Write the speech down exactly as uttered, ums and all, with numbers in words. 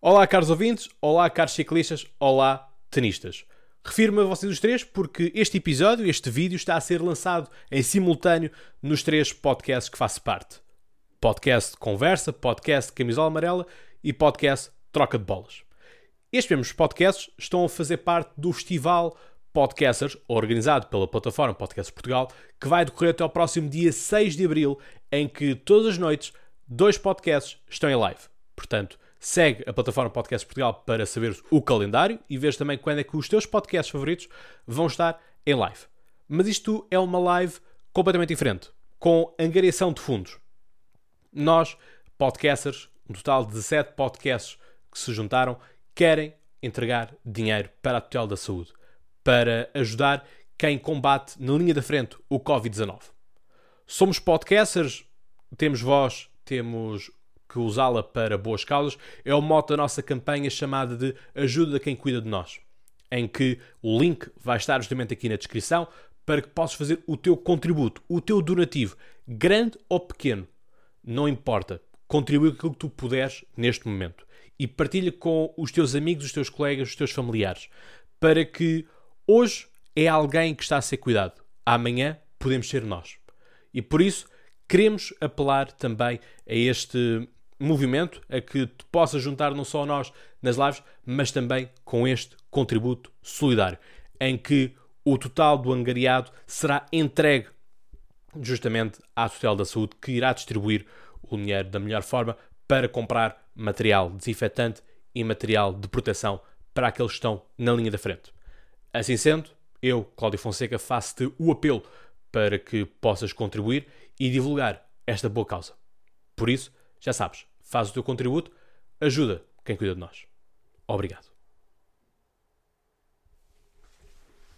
Olá, caros ouvintes, olá, caros ciclistas, olá, tenistas. Refiro-me a vocês os três porque este episódio, este vídeo, está a ser lançado em simultâneo nos três podcasts que faço parte. Podcast Conversa, Podcast Camisola Amarela e Podcast Troca de Bolas. Estes mesmos podcasts estão a fazer parte do Festival Podcasters, organizado pela plataforma Podcasts Portugal, que vai decorrer até ao próximo dia seis de abril, em que todas as noites dois podcasts estão em live. Portanto, segue a plataforma Podcasts Portugal para saber o calendário e veres também quando é que os teus podcasts favoritos vão estar em live. Mas isto é uma live completamente diferente, com angariação de fundos. Nós, podcasters, um total de dezessete podcasts que se juntaram, querem entregar dinheiro para a tutela da saúde, para ajudar quem combate na linha da frente o covid dezanove. Somos podcasters, temos voz, temos que usá-la para boas causas. É o mote da nossa campanha chamada de Ajuda a quem cuida de nós, em que o link vai estar justamente aqui na descrição para que possas fazer o teu contributo, o teu donativo, grande ou pequeno, não importa. Contribui com aquilo que tu puderes neste momento e partilha com os teus amigos, os teus colegas, os teus familiares, para que hoje é alguém que está a ser cuidado, amanhã podemos ser nós. E por isso queremos apelar também a este movimento, a que te possas juntar não só a nós nas lives, mas também com este contributo solidário, em que o total do angariado será entregue justamente à tutela da saúde, que irá distribuir o dinheiro da melhor forma para comprar material desinfetante e material de proteção para aqueles que estão na linha da frente. Assim sendo, eu, Cláudio Fonseca, faço-te o apelo para que possas contribuir e divulgar esta boa causa. Por isso, já sabes, faz o teu contributo, ajuda quem cuida de nós. Obrigado.